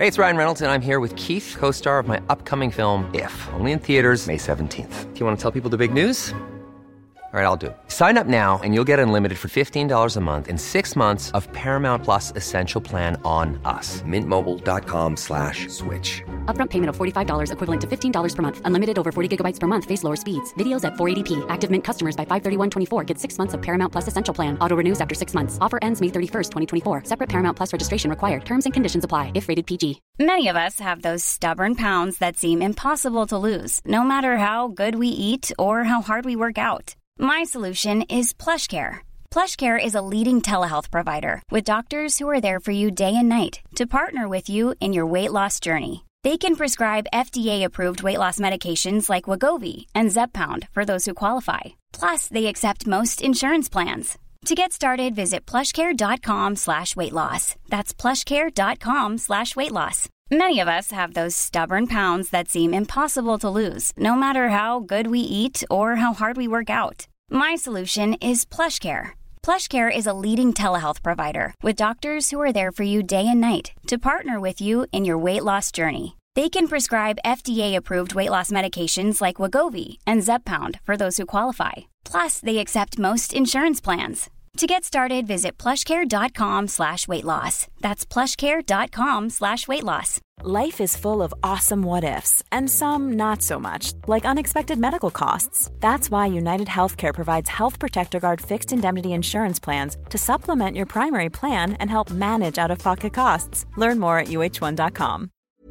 Hey, it's Ryan Reynolds, and I'm here with Keith, co-star of my upcoming film, If, only in theaters May 17th. Do you want to tell people the big news? All right, I'll do it. Sign up now and you'll get unlimited for $15 a month and 6 months of Paramount Plus Essential Plan on us. MintMobile.com/switch. Upfront payment of $45 equivalent to $15 per month. Unlimited over 40 gigabytes per month. Face lower speeds. Videos at 480p. Active Mint customers by 531.24 get 6 months of Paramount Plus Essential Plan. Auto renews after 6 months. Offer ends May 31st, 2024. Separate Paramount Plus registration required. Terms and conditions apply if rated PG. Many of us have those stubborn pounds that seem impossible to lose, no matter how good we eat or how hard we work out. My solution is PlushCare. PlushCare is a leading telehealth provider with doctors who are there for you day and night to partner with you in your weight loss journey. They can prescribe FDA-approved weight loss medications like Wegovy and Zepbound for those who qualify. Plus, they accept most insurance plans. To get started, visit plushcare.com/weightloss. That's plushcare.com/weightloss. Many of us have those stubborn pounds that seem impossible to lose, no matter how good we eat or how hard we work out. My solution is PlushCare. PlushCare is a leading telehealth provider with doctors who are there for you day and night to partner with you in your weight loss journey. They can prescribe FDA-approved weight loss medications like Wegovy and Zepbound for those who qualify. Plus, they accept most insurance plans. To get started, visit plushcare.com/weightloss. That's plushcare.com/weightloss. Life is full of awesome what-ifs, and some not so much, like unexpected medical costs. That's why United Healthcare provides Health Protector Guard fixed indemnity insurance plans to supplement your primary plan and help manage out-of-pocket costs. Learn more at uh1.com.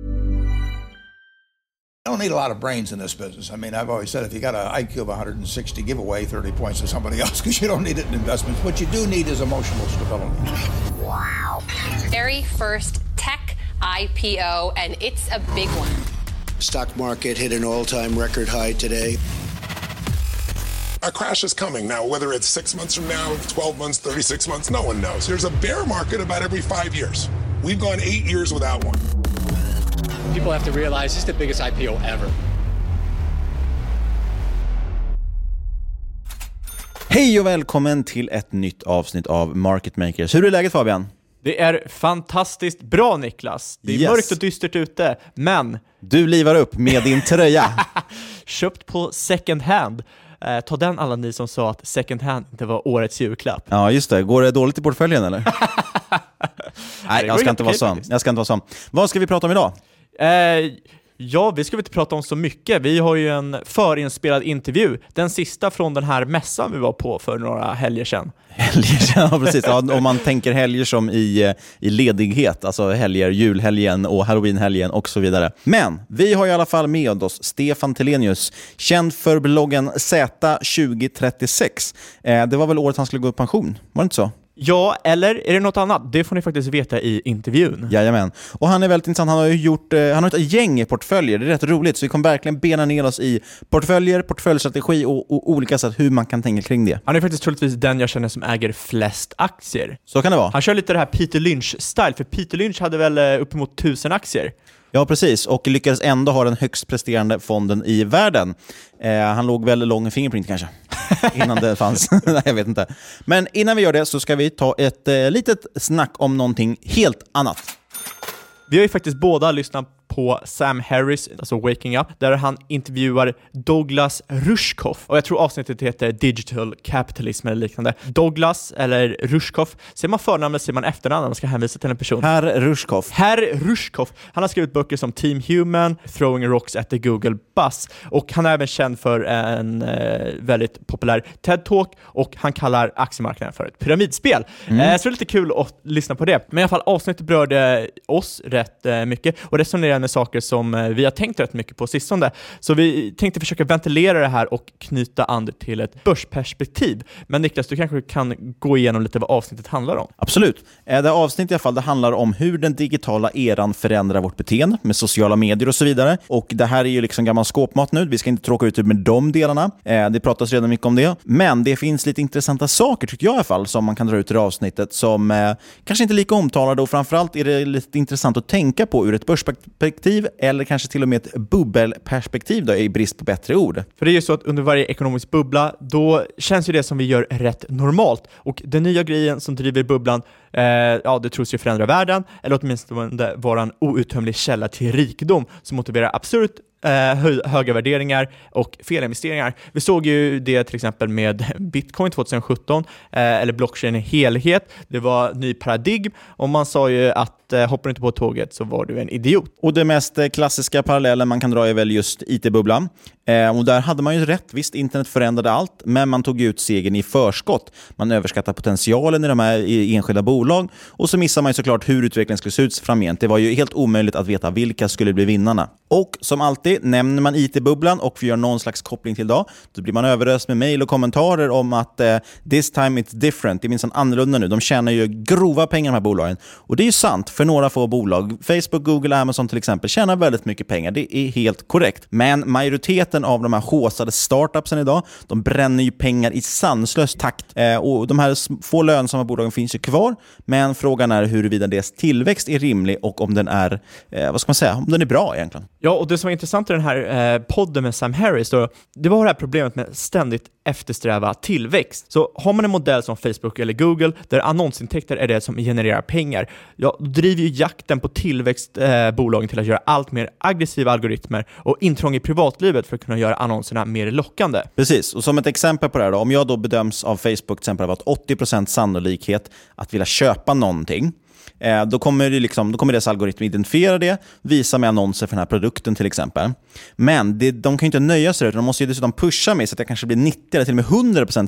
I don't need a lot of brains in this business. I mean, I've always said if you got an IQ of 160, give away 30 points to somebody else because you don't need it in investments. What you do need is emotional stability. Wow. Very first tech IPO, and it's a big one. Stock market hit an all-time record high today. A crash is coming. Now, whether it's 6 months from now, 12 months, 36 months, no one knows. There's a bear market about every 5 years. We've gone 8 years without one. People have to realize this is the biggest IPO ever. Hej och välkommen till ett nytt avsnitt av Market Makers. Hur är läget, Fabian? Det är fantastiskt bra, Niklas. Det är mörkt och dystert ute, men... Du livar upp med din tröja. Köpt på second hand. Ta den, alla ni som sa att second hand inte var årets julklapp. Ja, just det. Går det dåligt i portföljen, eller? Nej, jag ska inte vara sån. Vad ska vi prata om idag? Ja, vi ska inte prata om så mycket. Vi har ju en förinspelad intervju. Den sista från den här mässan vi var på för några helger sedan. Ja, precis. Ja, om man tänker helger som i ledighet. Alltså helger, julhelgen och halloweenhelgen och så vidare. Men vi har i alla fall med oss Stefan Telenius, känd för bloggen Z2036. Det var väl året han skulle gå i pension, var det inte så? Ja, eller är det något annat? Det får ni faktiskt veta i intervjun. Jajamän. Och han är väldigt intressant. Han har ett gäng portföljer. Det är rätt roligt. Så vi kommer verkligen bena ner oss i portföljer, portföljstrategi och olika sätt hur man kan tänka kring det. Han är faktiskt troligtvis den jag känner som äger flest aktier. Så kan det vara. Han kör lite det här Peter Lynch-style. För Peter Lynch hade väl uppemot 1000 aktier. Ja, precis. Och lyckades ändå ha den högst presterande fonden i världen. Han låg väl lång fingerprint kanske. Innan det fanns. Nej, jag vet inte. Men innan vi gör det så ska vi ta ett litet snack om någonting helt annat. Vi har ju faktiskt båda lyssnat på Sam Harris, alltså Waking Up, där han intervjuar Douglas Rushkoff. Och jag tror avsnittet heter Digital Capitalism eller liknande. Douglas eller Rushkoff, ser man förnamn eller ser man efternamn när man ska hänvisa till en person? Herr Rushkoff. Han har skrivit böcker som Team Human, Throwing Rocks at the Google Bus. Och han är även känd för en väldigt populär TED-talk, och han kallar aktiemarknaden för ett pyramidspel. Så det är lite kul att lyssna på det. Men i alla fall, avsnittet berörde oss rätt mycket och resonerade med saker som vi har tänkt rätt mycket på sistone. Så vi tänkte försöka ventilera det här och knyta an till ett börsperspektiv. Men Niklas, du kanske kan gå igenom lite vad avsnittet handlar om? Absolut. Det avsnittet i alla fall, det handlar om hur den digitala eran förändrar vårt beteende med sociala medier och så vidare. Och det här är ju liksom gammal skåpmat nu. Vi ska inte tråka ut med de delarna. Det pratas redan mycket om det. Men det finns lite intressanta saker, tycker jag i alla fall, som man kan dra ut i det avsnittet som kanske inte är lika omtalade, och framförallt är det lite intressant att tänka på ur ett börsperspektiv eller kanske till och med ett bubbelperspektiv då, i brist på bättre ord. För det är ju så att under varje ekonomisk bubbla, då känns ju det som vi gör rätt normalt. Och den nya grejen som driver bubblan, det tros ju förändra världen, eller åtminstone vara en outtömlig källa till rikedom som motiverar absurt höga värderingar och felinvesteringar. Vi såg ju det till exempel med Bitcoin 2017, eller blockchain i helhet. Det var ny paradigm och man sa ju att hoppar du inte på tåget så var du en idiot. Och det mest klassiska parallellen man kan dra är väl just IT-bubblan. Och där hade man ju rätt. Visst, internet förändrade allt, men man tog ut segern i förskott. Man överskattade potentialen i de här enskilda bolag och så missar man ju såklart hur utvecklingen skulle se ut framgent. Det var ju helt omöjligt att veta vilka skulle bli vinnarna. Och som alltid, nämner man IT-bubblan och vi gör någon slags koppling till idag, då blir man överöst med mejl och kommentarer om att this time it's different. Det är minst annorlunda nu. De tjänar ju grova pengar de här bolagen. Och det är ju sant för några få bolag. Facebook, Google, Amazon till exempel tjänar väldigt mycket pengar. Det är helt korrekt. Men majoriteten av de här håsade startupsen idag, de bränner ju pengar i sanslös takt. Och de här få lönsamma bolagen finns ju kvar. Men frågan är huruvida deras tillväxt är rimlig och om den är, om den är bra egentligen. Ja, och det som var intressant i den här podden med Sam Harris då, det var det här problemet med ständigt eftersträva tillväxt. Så har man en modell som Facebook eller Google där annonsintäkter är det som genererar pengar, då driver ju jakten på tillväxtbolagen till att göra allt mer aggressiva algoritmer och intrång i privatlivet för att kunna göra annonserna mer lockande. Precis, och som ett exempel på det här då, om jag då bedöms av Facebook till exempel att 80% sannolikhet att vilja köpa någonting, då kommer deras algoritm identifiera det, visa med annonser för den här produkten till exempel. Men de kan ju inte nöja sig, utan de måste ju dessutom pusha mig så att jag kanske blir 90 eller till och med 100%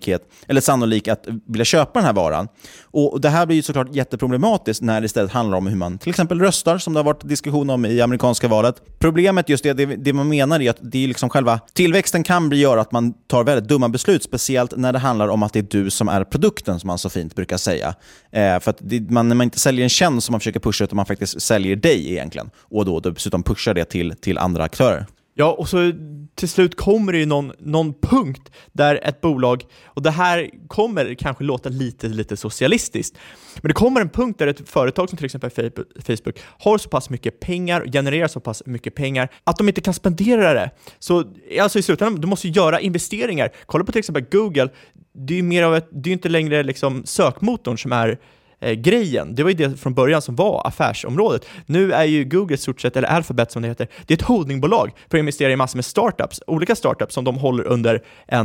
sannolik att vilja köpa den här varan. Och det här blir ju såklart jätteproblematiskt när det istället handlar om hur man till exempel röstar, som det har varit diskussion om i amerikanska valet. Problemet just det man menar är att det är liksom själva tillväxten kan göra att man tar väldigt dumma beslut, speciellt när det handlar om att det är du som är produkten, som man så fint brukar säga. För att när man inte säljer en tjänst som man försöker pusha, utan man faktiskt säljer dig egentligen. Och då dessutom pushar det till andra aktörer. Ja, och så till slut kommer det ju någon punkt där ett bolag, och det här kommer kanske låta lite socialistiskt, men det kommer en punkt där ett företag som till exempel Facebook har så pass mycket pengar och genererar så pass mycket pengar att de inte kan spendera det. Så alltså i slutändan, du måste göra investeringar. Kolla på till exempel Google, det är ju mer av det är inte längre liksom sökmotorn som är grejen. Det var ju det från början som var affärsområdet. Nu är ju Google stort sett, eller Alphabet som det heter, det är ett holdingbolag för att investera i massor med startups. Olika startups som de håller under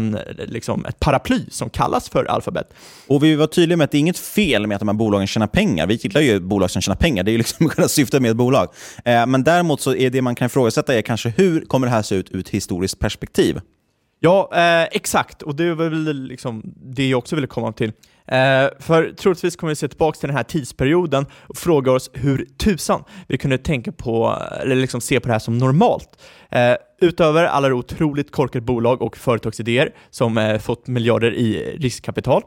ett paraply som kallas för Alphabet. Och vi var tydliga med att det är inget fel med att de här bolagen tjänar pengar. Vi gillar ju bolag som tjänar pengar. Det är ju liksom själva syftet med ett bolag. Men däremot så är det man kan ifrågasätta är kanske hur kommer det här se ut ur ett historiskt perspektiv? Ja, exakt. Och det var väl det jag också ville komma till. För troligtvis kommer vi se tillbaka till den här tidsperioden och fråga oss hur tusan vi kunde tänka på, eller se på det här som normalt. Utöver alla otroligt korkade bolag och företagsidéer som fått miljarder i riskkapital.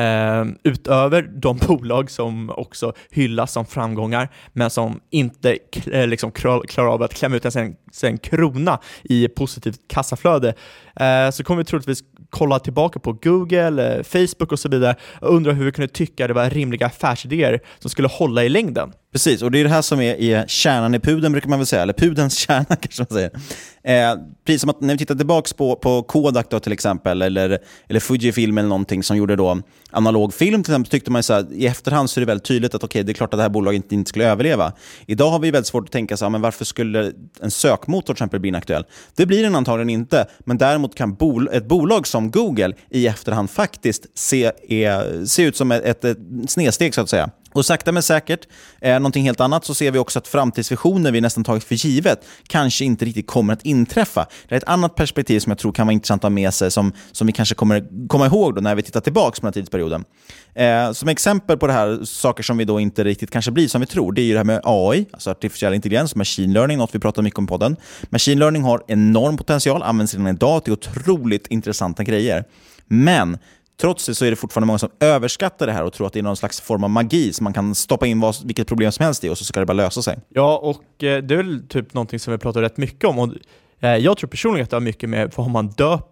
Utöver de bolag som också hyllas som framgångar men som inte klarar av att klämma ut en krona i positivt kassaflöde. Så kommer vi troligtvis kolla tillbaka på Google, Facebook och så vidare och undra hur vi kunde tycka det var rimliga affärsidéer som skulle hålla i längden. Precis, och det är det här som är kärnan i pudeln, brukar man väl säga, eller pudelns kärna kanske man säger. Precis som att när vi tittar tillbaka på Kodak då, till exempel, eller Fujifilm eller någonting som gjorde då analog film till exempel, tyckte man så här, i efterhand så är det väldigt tydligt att det är klart att det här bolaget inte skulle överleva. Idag har vi väldigt svårt att tänka så här, men varför skulle en sökmotor till exempel bli aktuell? Det blir den antagligen inte, men däremot kan ett bolag som Google i efterhand faktiskt se ut som ett snedsteg så att säga. Och sakta men säkert, någonting helt annat, så ser vi också att framtidsvisioner vi nästan tagit för givet kanske inte riktigt kommer att inträffa. Det är ett annat perspektiv som jag tror kan vara intressant att ha med sig, som vi kanske kommer komma ihåg då när vi tittar tillbaka på den här tidsperioden. Som exempel på det här, saker som vi då inte riktigt kanske blir som vi tror, det är ju det här med AI, alltså artificiell intelligens, machine learning, något vi pratar mycket om på podden. Machine learning har enorm potential, används redan idag till otroligt intressanta grejer. Men trots det så är det fortfarande många som överskattar det här och tror att det är någon slags form av magi som man kan stoppa in vilket problem som helst i och så ska det bara lösa sig. Ja, och det är väl typ någonting som vi pratar rätt mycket om. Och jag tror personligen att det har mycket med vad man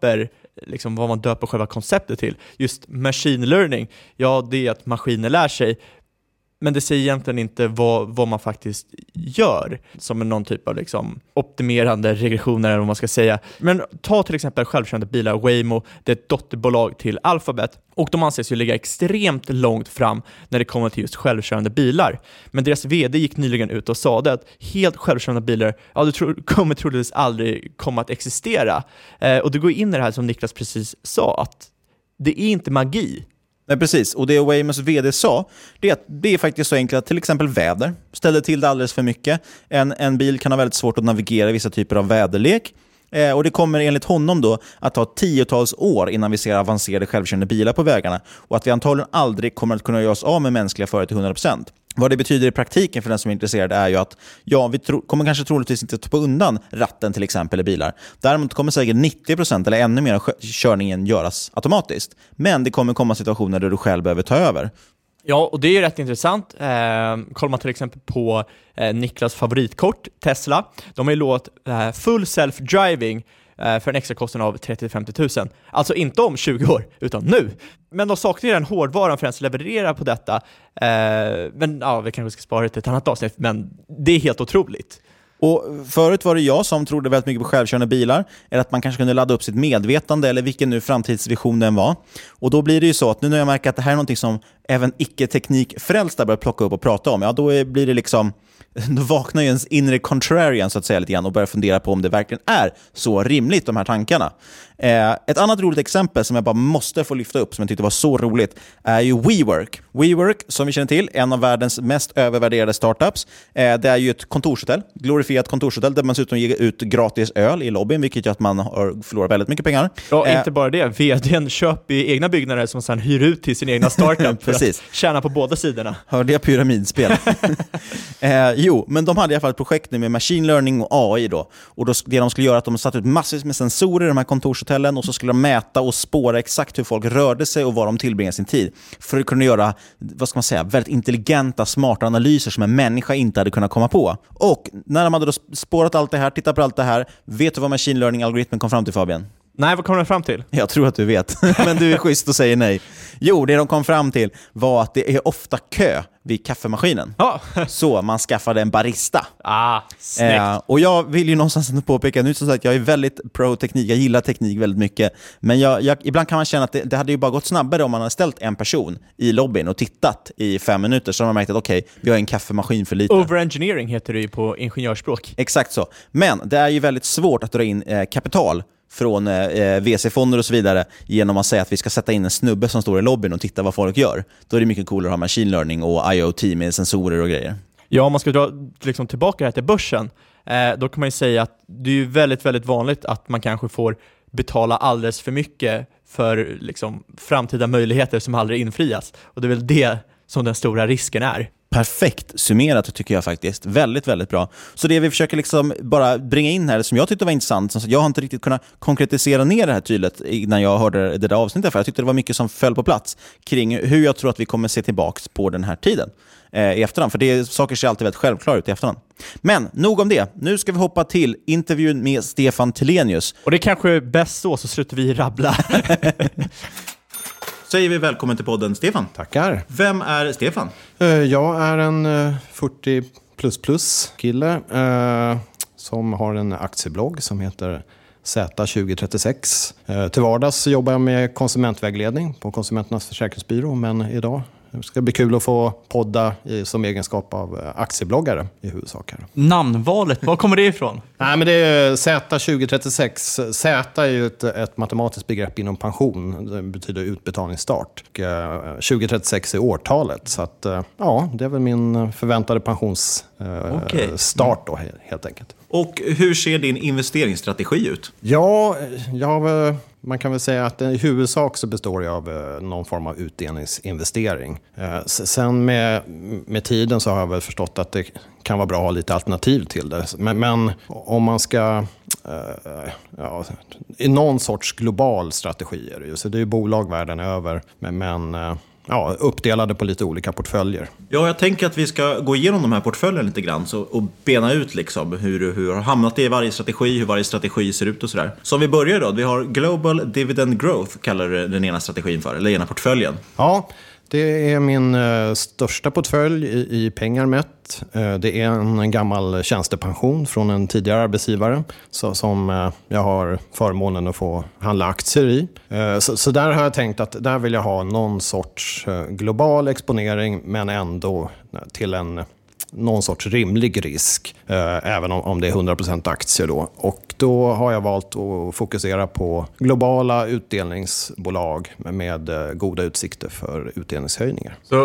döper själva konceptet till. Just machine learning, ja, det är att maskiner lär sig. Men det säger egentligen inte vad man faktiskt gör som någon typ av liksom optimerande regressioner eller vad man ska säga. Men ta till exempel självkörande bilar. Waymo, det är ett dotterbolag till Alphabet och de anses ju ligga extremt långt fram när det kommer till just självkörande bilar. Men deras vd gick nyligen ut och sa att helt självkörande bilar, kommer troligtvis aldrig komma att existera. Och det går in i det här som Niklas precis sa, att det är inte magi. Nej, precis. Och det Waymos vd sa, det är att det är faktiskt så enkelt att till exempel väder ställer till det alldeles för mycket. En bil kan ha väldigt svårt att navigera i vissa typer av väderlek. Och det kommer enligt honom då att ta 10-tals år innan vi ser avancerade självkörande bilar på vägarna. Och att vi antagligen aldrig kommer att kunna göra oss av med mänskliga förare till 100%. Vad det betyder i praktiken för den som är intresserad är ju att vi kommer kanske troligtvis inte ta på undan ratten till exempel i bilar. Däremot kommer säkert 90% eller ännu mer av körningen göras automatiskt. Men det kommer komma situationer där du själv behöver ta över. Ja, och det är rätt intressant. Kollar man till exempel på Niklas favoritkort, Tesla. De har ju lovat full self-driving för en extra kostnad av 30-50 000. Alltså inte om 20 år, utan nu. Men de saknar ju den hårdvaran för att ens leverera på detta. Men ja, vi kanske ska spara det till ett annat avsnitt, men det är helt otroligt. Och förut var det jag som trodde väldigt mycket på självkörande bilar, eller att man kanske kunde ladda upp sitt medvetande eller vilken nu framtidsvision den var. Och då blir det ju så att nu när jag märker att det här är någonting som även icke-teknikfrälsta börjar plocka upp och prata om, ja då blir det liksom, då vaknar ju ens inre contrarian så att säga lite grann och börjar fundera på om det verkligen är så rimligt, de här tankarna. Ett annat roligt exempel som jag bara måste få lyfta upp som jag tyckte var så roligt är ju WeWork. WeWork, som vi känner till, en av världens mest övervärderade startups. Det är ju ett kontorshotell, glorifierat kontorshotell där man dessutom ger ut gratis öl i lobbyn, vilket gör att man har förlorat väldigt mycket pengar. Ja, inte bara det. VDn köper ju egna byggnader som sedan hyr ut till sin egna startup för att tjäna på båda sidorna. Hörde jag pyramidspel? Jo, men de hade i alla fall ett projekt med machine learning och AI då. Och då, det de skulle göra att de satt ut massvis med sensorer i de här kontorshotellen och så skulle de mäta och spåra exakt hur folk rörde sig och var de tillbringade sin tid. För att kunna göra, vad ska man säga, väldigt intelligenta, smarta analyser som en människa inte hade kunnat komma på. Och när de hade då spårat allt det här, tittat på allt det här, vet du vad machine learning-algoritmen kom fram till, Fabian? Nej, vad kom den fram till? Jag tror att du vet, men du är schysst och säger nej. Jo, det de kom fram till var att det är ofta kö vid kaffemaskinen. Så man skaffade en barista. Snyggt. Och jag vill ju någonstans påpeka nu som sagt, jag är väldigt pro-teknik, jag gillar teknik väldigt mycket. Men ibland kan man känna att det hade ju bara gått snabbare om man hade ställt en person i lobbyn och tittat i 5 minuter, så har man märkt att okej, vi har en kaffemaskin för lite. Overengineering heter det ju på ingenjörsspråk. Exakt så. Men det är ju väldigt svårt att dra in kapital från VC-fonder och så vidare genom att säga att vi ska sätta in en snubbe som står i lobbyn och titta vad folk gör. Då är det mycket coolare att ha machine learning och IoT med sensorer och grejer. Ja, om man ska dra liksom tillbaka här till börsen, då kan man ju säga att det är ju väldigt, väldigt vanligt att man kanske får betala alldeles för mycket för liksom framtida möjligheter som aldrig infrias. Och det är väl det som den stora risken är. Perfekt summerat tycker jag faktiskt. Väldigt, väldigt bra. Så det vi försöker liksom bara bringa in här som jag tyckte var intressant, så jag har inte riktigt kunnat konkretisera ner det här tydligt innan jag hörde det där avsnittet, för jag tyckte det var mycket som föll på plats kring hur jag tror att vi kommer se tillbaks på den här tiden i efterhand, för saker ser alltid väldigt självklara ut i efterhand. Men nog om det. Nu ska vi hoppa till intervjun med Stefan Telenius. Och det kanske är bäst så slutar vi rabbla. Säger vi välkommen till podden, Stefan. Tackar. Vem är Stefan? Jag är en 40++ kille som har en aktieblogg som heter Z2036. Till vardags jobbar jag med konsumentvägledning på Konsumenternas försäkringsbyrå, men idag ska det bli kul att få podda som egenskap av aktiebloggare i huvudsak här. Namnvalet, var kommer det ifrån? Nej, men det är Z2036. Z är ju ett matematiskt begrepp inom pension. Det betyder utbetalningsstart. 2036 är årtalet. Så att, ja, det är väl min förväntade pensionsstart då helt enkelt. Och hur ser din investeringsstrategi ut? Ja, man kan väl säga att i huvudsak så består det av någon form av utdelningsinvestering. Sen med tiden så har jag väl förstått att det kan vara bra att ha lite alternativ till det. Men om man ska i någon sorts global strategi är det ju. Så det är ju bolag världen över, men uppdelade på lite olika portföljer. Ja, jag tänker att vi ska gå igenom de här portföljerna lite grann och bena ut liksom hur du har hamnat i varje strategi, hur varje strategi ser ut och sådär. Så om vi börjar då, vi har Global Dividend Growth kallar du den ena strategin för, eller ena portföljen. Ja, Det är min största portfölj i pengar mätt. Det är en gammal tjänstepension från en tidigare arbetsgivare som jag har förmånen att få handla aktier i. Så där har jag tänkt att där vill jag ha någon sorts global exponering, men ändå till någon sorts rimlig risk, även om det är 100% aktier då. Och då har jag valt att fokusera på globala utdelningsbolag med goda utsikter för utdelningshöjningar. Så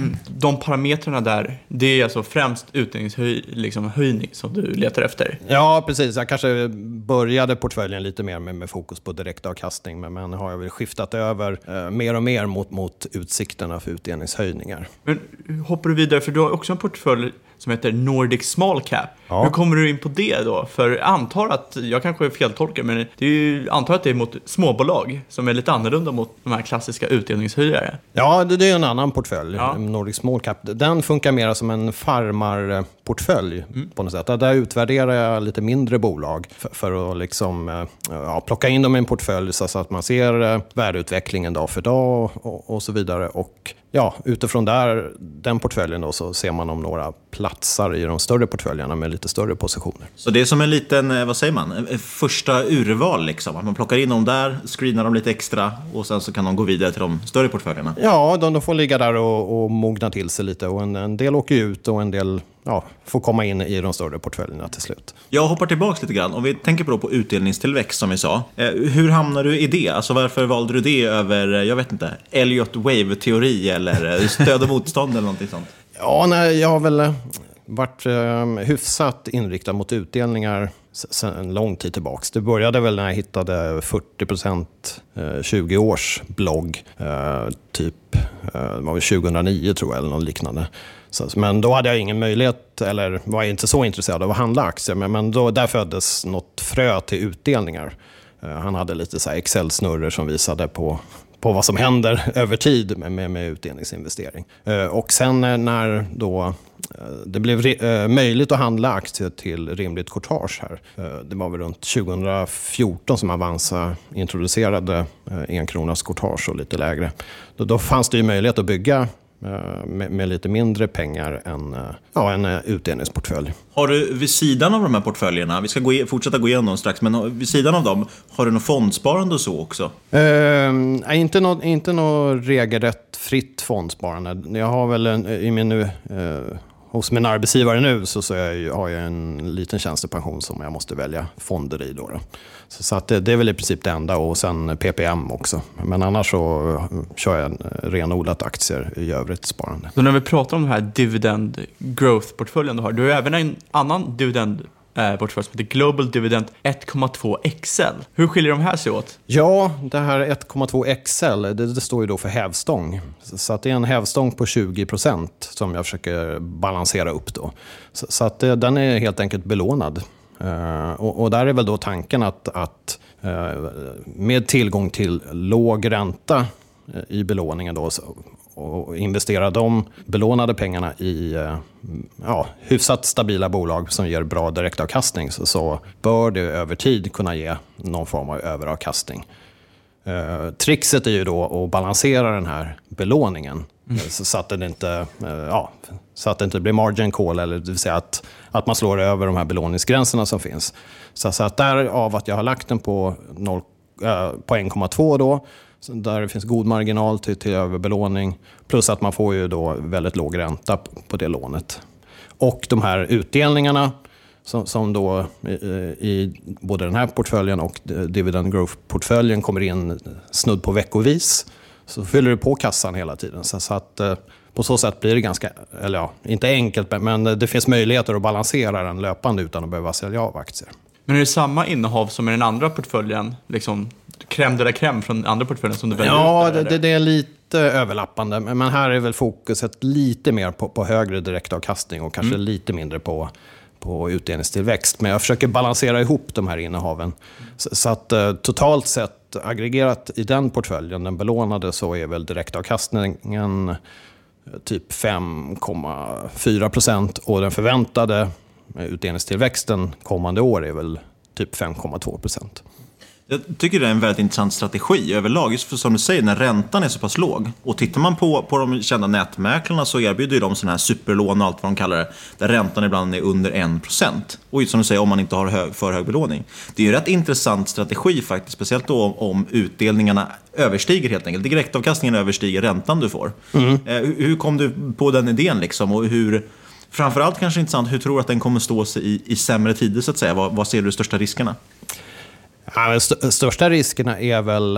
de parametrarna där, det är alltså främst utdelningshöjning som du letar efter? Ja, precis. Jag kanske började portföljen lite mer med fokus på direktavkastning, men har jag väl skiftat över mer och mer mot utsikterna för utdelningshöjningar. Men hoppar du vidare, för du har också en portfölj som heter Nordic Small Cap. Ja. Hur kommer du in på det då? För jag antar att, jag kanske är feltolkar, men antar att det är mot småbolag som är lite annorlunda mot de här klassiska utdelningshöjare. Ja, det är en annan portfölj. Ja. Nordic Small Cap. Den funkar mer som en farmarportfölj på något sätt. Där utvärderar jag lite mindre bolag för att liksom, plocka in dem i en portfölj så att man ser värdeutvecklingen dag för dag och så vidare. Och utifrån den portföljen då, så ser man om några platsar i de större portföljerna med lite större positioner. Så det är som en liten, vad säger man, första urval liksom? Att man plockar in dem där, screenar dem lite extra och sen så kan de gå vidare till de större portföljerna? Ja, de får ligga där och mogna till sig lite, och en del åker ut och en del får komma in i de större portföljerna till slut. Jag hoppar tillbaka lite grann. Om vi tänker på utdelningstillväxt som vi sa. Hur hamnar du i det? Alltså varför valde du det över, jag vet inte, Elliott Wave-teori eller stöd och motstånd eller någonting sånt? Ja, nej, jag har väl varit hyfsat inriktad mot utdelningar sedan en lång tid tillbaka. Det började väl när jag hittade 40% 20 års blogg, typ det var väl 2009 tror jag eller något liknande. Men då hade jag ingen möjlighet, eller var inte så intresserad av att handla aktier, men där föddes något frö till utdelningar. Han hade lite så här Excel-snurror som visade på vad som händer över tid med utdelningsinvestering. Och sen när då det blev möjligt att handla aktier till rimligt courtage här. Det var väl runt 2014 som Avanza introducerade 1 kronas courtage och lite lägre. Då fanns det ju möjlighet att bygga med lite mindre pengar än en utdelningsportfölj. Har du vid sidan av de här portföljerna, vi ska fortsätta gå igenom strax, men vid sidan av dem, har du något fondsparande och så också? Inte något regelrätt fritt fondsparande. Jag har väl hos min arbetsgivare nu så har jag en liten tjänstepension som jag måste välja fonder i då. Så att det är väl i princip det enda, och sen PPM också. Men annars så kör jag renodlat aktier i övrigt sparande. Så när vi pratar om den här dividend growth-portföljen du har även en annan dividend portfölj som heter Global Dividend 1,2 XL. Hur skiljer de här sig åt? Ja, det här 1,2 XL, det står ju då för hävstång. Så att det är en hävstång på 20% som jag försöker balansera upp då. Så att den är helt enkelt belånad. Och där är väl då tanken att med tillgång till låg ränta i belåningen då, och investera de belånade pengarna i hyfsat stabila bolag som ger bra direktavkastning, så bör det över tid kunna ge någon form av överavkastning. Trixet är ju då att balansera den här belåningen så att det inte blir margin call, eller det vill säga att man slår över de här belåningsgränserna som finns. Så att därav att jag har lagt den på 1,2 då, där det finns god marginal till överbelåning, plus att man får ju då väldigt låg ränta på det lånet. Och de här utdelningarna som då i både den här portföljen och dividend growth-portföljen kommer in snudd på veckovis, så fyller du på kassan hela tiden. Så att på så sätt blir det ganska, inte enkelt, men det finns möjligheter att balansera den löpande utan att behöva sälja av aktier. Men är det samma innehav som i den andra portföljen, liksom crème de la crème från andra portföljen som du väljer? Ja, det är lite överlappande, men här är väl fokuset lite mer på högre direktavkastning och kanske lite mindre på utdelningstillväxt. Men jag försöker balansera ihop de här innehaven. Så att totalt sett aggregerat i den portföljen, den belånade, så är väl direktavkastningen typ 5,4% och den förväntade utdelningstillväxten kommande år är väl typ 5,2%. Jag tycker det är en väldigt intressant strategi överlag, just för som du säger, när räntan är så pass låg. Och tittar man på de kända nätmäklarna så erbjuder de sådana här superlån och allt vad de kallar det, där räntan ibland är under 1%. Och som du säger, om man inte har för hög belåning. Det är ju rätt intressant strategi faktiskt, speciellt då om utdelningarna överstiger helt enkelt. Direktavkastningen överstiger räntan du får. Hur kom du på den idén liksom? Och hur, framförallt kanske intressant, hur tror du att den kommer stå sig i sämre tider så att säga? Vad ser du de största riskerna? Ja, största riskerna är väl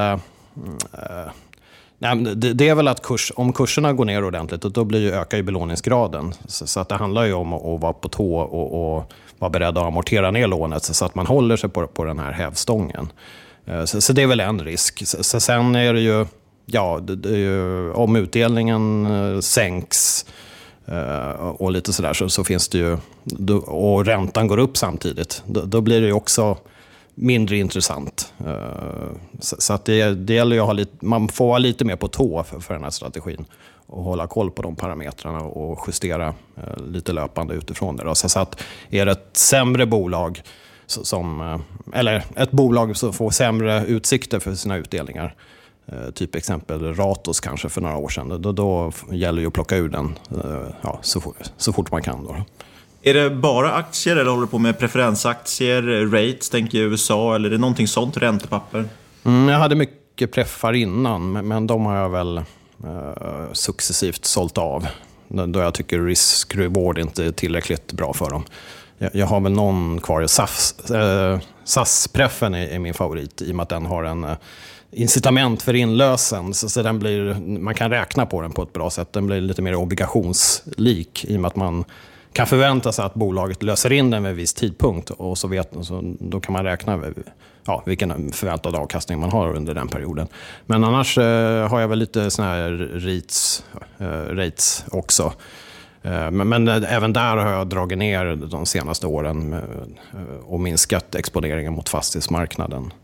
det är väl att om kurserna går ner ordentligt, då ökar ju belåningsgraden. Så att det handlar ju om att vara på tå och vara beredd att amortera ner lånet så att man håller sig på den här hävstången. Så det är väl en risk. Sen är det ju, om utdelningen sänks och lite sådär så finns det ju, och räntan går upp samtidigt, då blir det ju också mindre intressant. Så att det gäller ju att ha man får vara lite mer på tå för den här strategin och hålla koll på de parametrarna och justera lite löpande utifrån det. Så att är det ett sämre bolag eller ett bolag som får sämre utsikter för sina utdelningar, typ exempel Ratos kanske för några år sedan, då gäller det att plocka ur den så fort man kan då. Är det bara aktier eller håller du på med preferensaktier, rates, tänker jag, USA, eller är det någonting sånt, räntepapper? Jag hade mycket preffar innan, men de har jag väl successivt sålt av. Då jag tycker risk-reward inte är tillräckligt bra för dem. Jag har väl någon kvar, SAS-preffen är min favorit i och med att den har en incitament för inlösen. Så man kan räkna på den på ett bra sätt. Den blir lite mer obligationslik i och med att man kan förvänta sig att bolaget löser in den vid en viss tidpunkt och så då kan man räkna vilken förväntad avkastning man har under den perioden. Men annars har jag väl lite såna här rates också. Men även där har jag dragit ner de senaste åren och minskat exponeringen mot fastighetsmarknaden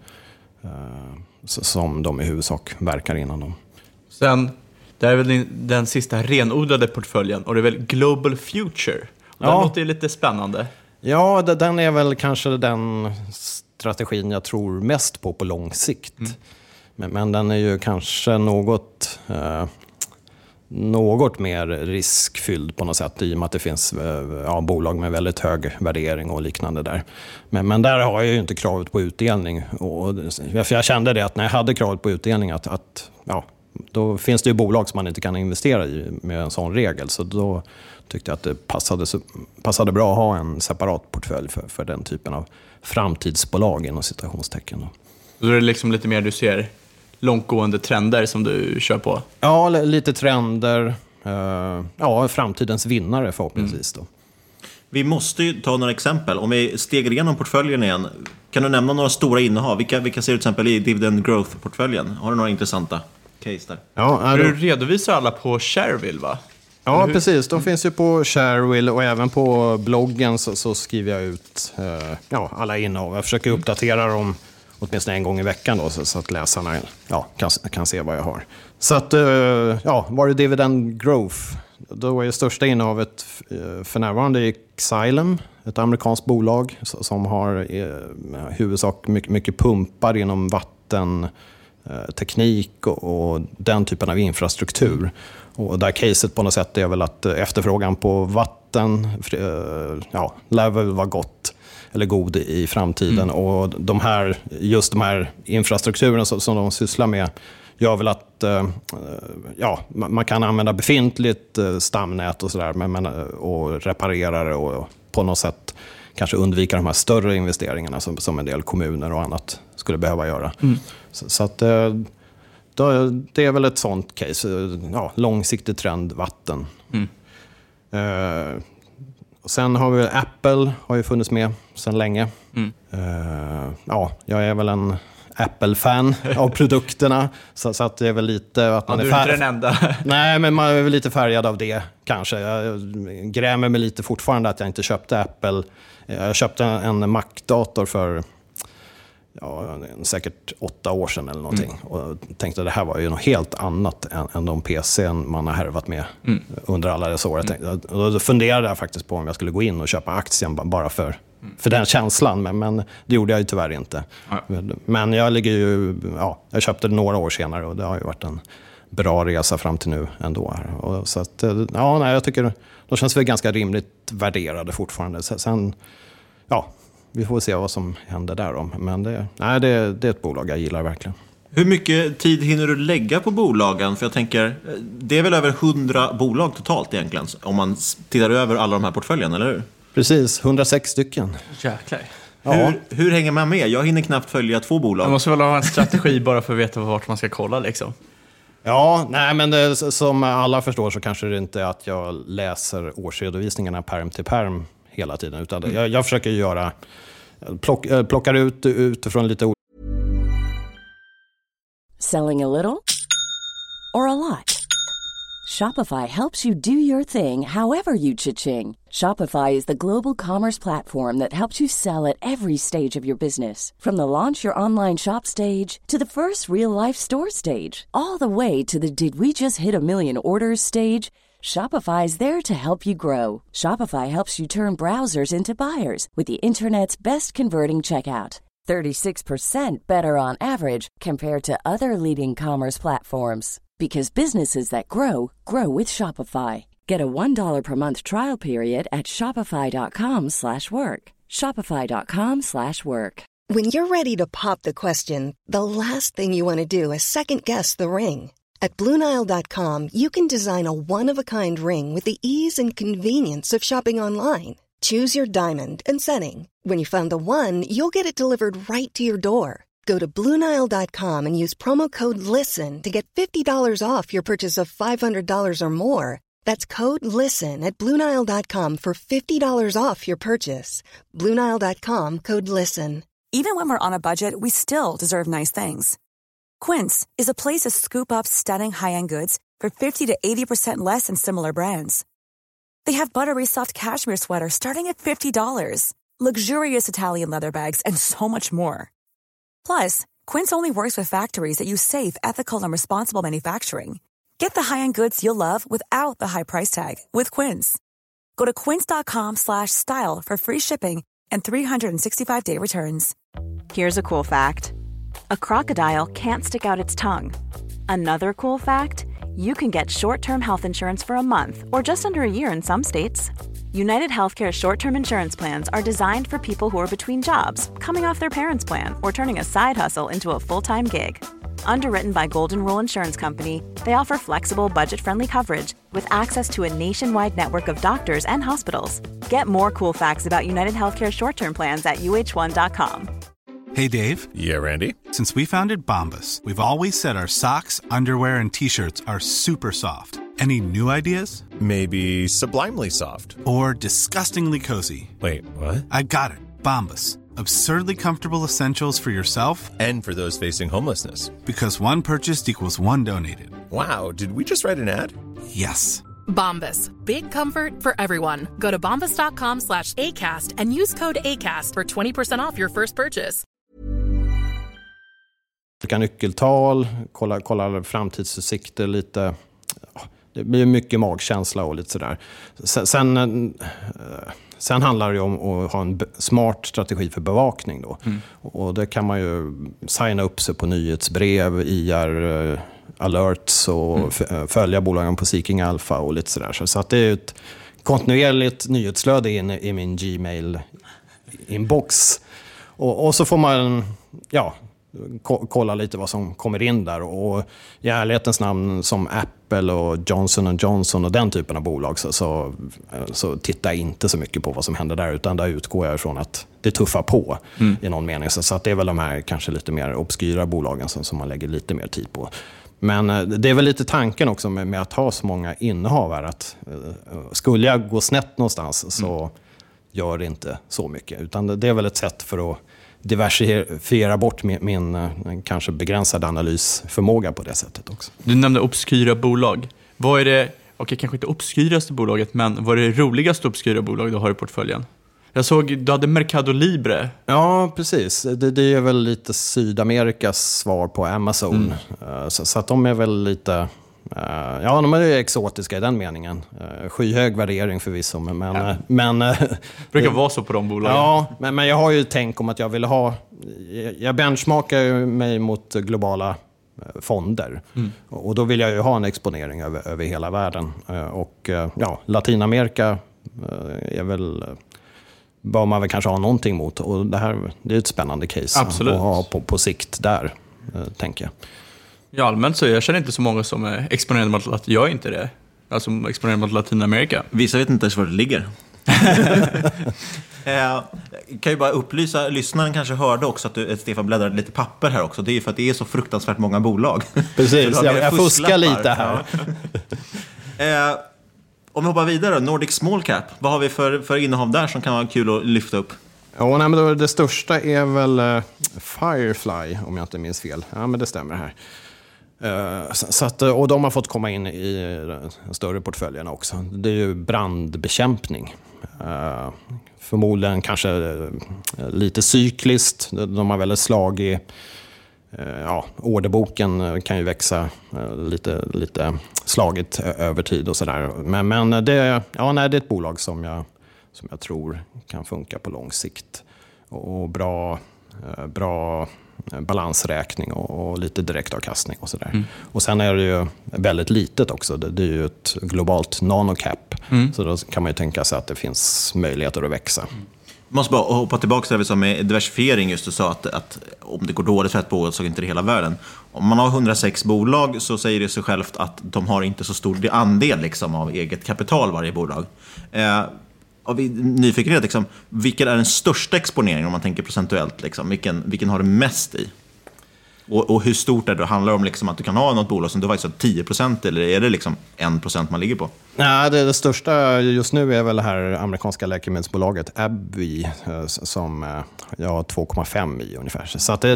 som de i huvudsak verkar inom dem. Sen, det är väl den sista renodlade portföljen och det är väl Global Future. Den låter ju lite spännande. Ja, den är väl kanske den strategin jag tror mest på lång sikt. Men den är ju kanske något mer riskfylld på något sätt i och med att det finns bolag med väldigt hög värdering och liknande där. Men där har jag ju inte kravet på utdelning. För jag kände det att när jag hade kravet på utdelning att då finns det ju bolag som man inte kan investera i med en sån regel. Så då tyckte jag att det passade bra att ha en separat portfölj för den typen av framtidsbolag inom citationstecken. Så är det liksom lite mer du ser långtgående trender som du kör på? Ja, lite trender. Framtidens vinnare förhoppningsvis då. Vi måste ju ta några exempel. Om vi stegar igenom portföljen igen, kan du nämna några stora innehav? Vilka ser du till exempel i Dividend Growth-portföljen? Har du några intressanta case där? Ja, du redovisar alla på Shareville, va? Ja, precis. De finns ju på Shareville och även på bloggen så skriver jag ut alla innehav. Jag försöker uppdatera dem åtminstone en gång i veckan då, så att läsarna kan se vad jag har. Så att, var det Dividend Growth? Då är det största innehavet för närvarande Xylem, ett amerikanskt bolag som har huvudsak mycket pumpar inom vattenteknik och den typen av infrastruktur. Och där caset på något sätt är väl att efterfrågan på vatten lär väl vara gott eller god i framtiden. Och de här infrastrukturen som de sysslar med gör väl att man kan använda befintligt stamnät och sådär och reparera det och på något sätt kanske undvika de här större investeringarna som en del kommuner och annat skulle behöva göra. Så att det är väl ett sånt case. Långsiktig trend, vatten. Och sen har vi Apple, har ju funnits med sedan länge. Jag är väl en Apple-fan av produkterna. Så att det är väl lite att man är inte den enda. Nej, men man är väl lite färgad av det kanske. Jag grämer mig lite fortfarande att jag inte köpte Apple. Jag köpte en Mac-dator för säkert 8 år sedan eller någonting. Och tänkte att det här var ju något helt annat än de PC man har härvat med under alla dessa år. Och då funderade jag faktiskt på om jag skulle gå in och köpa aktien bara för för den känslan, men det gjorde jag ju tyvärr inte. Men jag ligger ju, jag köpte det några år senare och det har ju varit en bra resa fram till nu ändå. Och så att, jag tycker de känns väl ganska rimligt värderade fortfarande. Sen, vi får se vad som händer där om. Men det är ett bolag jag gillar verkligen. Hur mycket tid hinner du lägga på bolagen? För jag tänker, det är väl över 100 bolag totalt egentligen, om man tittar över alla de här portföljen, eller hur? Precis, 106 stycken. Jäklar. Hur hänger man med? Jag hinner knappt följa 2 bolag. Man måste väl ha en strategi bara för att veta vart man ska kolla liksom. Ja, nej, men som alla förstår så kanske det inte är att jag läser årsredovisningarna perm till perm hela tiden. Utan jag försöker göra, plockar ut utifrån lite olika. Selling a little or a lot? Shopify helps you do your thing however you cha-ching. Shopify is the global commerce platform that helps you sell at every stage of your business. From the launch your online shop stage to the first real-life store stage, all the way to the did we just hit a million orders stage. Shopify is there to help you grow. Shopify helps you turn browsers into buyers with the internet's best converting checkout. 36% better on average compared to other leading commerce platforms. Because businesses that grow, grow with Shopify. Get a $1 per month trial period at shopify.com/work. Shopify.com/work. When you're ready to pop the question, the last thing you want to do is second-guess the ring. At BlueNile.com, you can design a one-of-a-kind ring with the ease and convenience of shopping online. Choose your diamond and setting. When you find the one, you'll get it delivered right to your door. Go to BlueNile.com and use promo code LISTEN to get $50 off your purchase of $500 or more. That's code LISTEN at BlueNile.com for $50 off your purchase. BlueNile.com, code LISTEN. Even when we're on a budget, we still deserve nice things. Quince is a place to scoop up stunning high-end goods for 50 to 80% less than similar brands. They have buttery soft cashmere sweaters starting at $50, luxurious Italian leather bags, and so much more. Plus, Quince only works with factories that use safe, ethical, and responsible manufacturing. Get the high-end goods you'll love without the high price tag with Quince. Go to quince.com/style for free shipping and 365-day returns. Here's a cool fact. A crocodile can't stick out its tongue. Another cool fact, you can get short-term health insurance for a month or just under a year in some states. United Healthcare short-term insurance plans are designed for people who are between jobs, coming off their parents' plan, or turning a side hustle into a full-time gig. Underwritten by Golden Rule Insurance Company, they offer flexible, budget-friendly coverage with access to a nationwide network of doctors and hospitals. Get more cool facts about United Healthcare short-term plans at uh1.com. Hey, Dave. Yeah, Randy. Since we founded Bombas, we've always said our socks, underwear, and T-shirts are super soft. Any new ideas? Maybe sublimely soft. Or disgustingly cozy. Wait, what? I got it. Bombas. Absurdly comfortable essentials for yourself and for those facing homelessness. Because one purchased equals one donated. Wow, did we just write an ad? Yes. Bombas. Big comfort for everyone. Go to bombas.com/ACAST and use code ACAST for 20% off your first purchase. Vilka nyckeltal, kolla framtidsutsikter lite. Det blir mycket magkänsla och lite sådär. Sen handlar det om att ha en smart strategi för bevakning då. Och det kan man ju signa upp sig på nyhetsbrev, IR alerts och följa bolagen på Seeking Alpha och lite sådär. Så att det är ett kontinuerligt nyhetsflöde in i min Gmail-inbox. Och så får man kolla lite vad som kommer in där. Och i ärlighetens namn som Apple och Johnson & Johnson och den typen av bolag så tittar jag inte så mycket på vad som händer där, utan där utgår jag ifrån att det tuffar på i någon mening. Så att det är väl de här kanske lite mer obskyra bolagen som man lägger lite mer tid på. Men det är väl lite tanken också med att ha så många innehavare att skulle jag gå snett någonstans så gör det inte så mycket. Utan det är väl ett sätt för att diversifiera bort min kanske begränsade analysförmåga på det sättet också. Du nämnde obskyra bolag. Vad är det, kanske inte obskyraste bolaget, men vad är det roligaste obskyra bolag du har i portföljen? Jag såg, du hade Mercado Libre. Ja, precis. Det är väl lite Sydamerikas svar på Amazon. Så att de är väl lite Ja, de är ju exotiska i den meningen. Skyhög värdering förvisso, men brukar vara så på de bolagen. Ja, men jag har ju tänkt om att jag vill ha... Jag benchmarkar mig mot globala fonder. Och då vill jag ju ha en exponering över hela världen. Och ja, Latinamerika är väl... bör man väl kanske ha någonting mot. Och det är ett spännande case. Absolut. Att ha på sikt där, tänker jag. Ja, allmänt så jag känner inte så många som är exponerade mot att jag inte det. Alltså exponerade mot Latinamerika. Vissa vet inte ens var det ligger. Kan ju bara upplysa, lyssnaren kanske hörde också att Stefan bläddrade lite papper här också. Det är ju för att det är så fruktansvärt många bolag. Precis, jag fuskar lite här. Om vi hoppar vidare då, Nordic Small Cap. Vad har vi för innehav där som kan vara kul att lyfta upp? Ja, nej, men det största är väl Firefly, om jag inte minns fel. Ja, men det stämmer här. Så att, och de har fått komma in i de större portföljerna också. Det är ju brandbekämpning. Förmodligen kanske lite cykliskt. De har väl ett slag i... Ja, orderboken kan ju växa lite slagigt över tid och sådär. Men det är ett bolag som jag tror kan funka på lång sikt. Och bra balansräkning och lite direktavkastning och sådär. Och sen är det ju väldigt litet också. Det är ju ett globalt nanocap. Så då kan man ju tänka sig att det finns möjligheter att växa. Jag måste bara hoppa tillbaka till det vi sa med diversifiering. Just du sa att om det går dåligt för ett bolag så är inte det hela världen. Om man har 106 bolag så säger det sig självt att de har inte så stor andel liksom, av eget kapital varje bolag. Och vi nyfikenhet, liksom, vilken är den största exponeringen om man tänker procentuellt? Liksom? Vilken har du mest i? Och hur stort är det? Handlar det om liksom att du kan ha något bolag som du faktiskt har 10% eller är det liksom 1% man ligger på? Nej, det största just nu är väl det här amerikanska läkemedelsbolaget AbbVie som jag har 2,5 i ungefär. Så att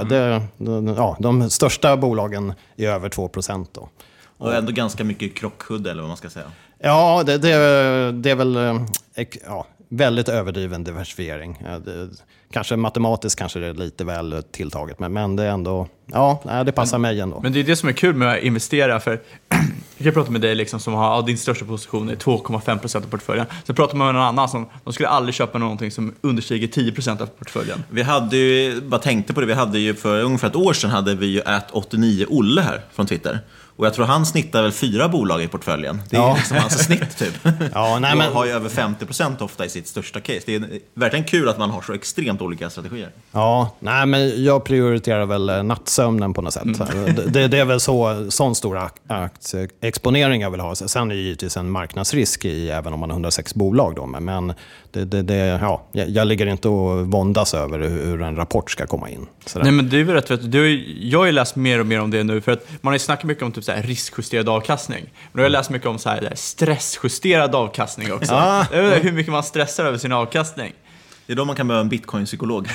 de största bolagen är över 2% då. Och ändå ganska mycket krockhudde eller vad man ska säga. Ja, det är väl väldigt överdriven diversifiering. Kanske matematiskt kanske det är lite väl tilltaget, men det är ändå, det passar mig ändå. Men det är det som är kul med att investera, för jag kan prata med dig liksom, som har din största position är 2,5% av portföljen. Så pratar man med någon annan som de skulle aldrig köpa någonting som understiger 10% av portföljen. Vi hade ju, bara tänkte på det, vi hade ju för ungefär ett år sedan hade vi ju @89 Olle här från Twitter. Och jag tror han snittar väl 4 bolag i portföljen. Det är liksom hans snitt typ. Men har ju över 50% ofta i sitt största case. Det är verkligen kul att man har så extremt olika strategier. Ja, men jag prioriterar väl nattsömnen på något sätt. Det är väl sån stor exponering jag vill ha. Sen är det givetvis en marknadsrisk i, även om man har 106 bolag då. Men jag ligger inte och våndas över hur en rapport ska komma in. Sådär. Nej, men det är väl rätt. Jag har ju läst mer och mer om det nu, för att man har ju snackat mycket om typ så här riskjusterad avkastning. Men jag har läst mycket om så här stressjusterad avkastning också. Hur mycket man stressar över sin avkastning. Det är då man kan behöva en bitcoin-psykolog.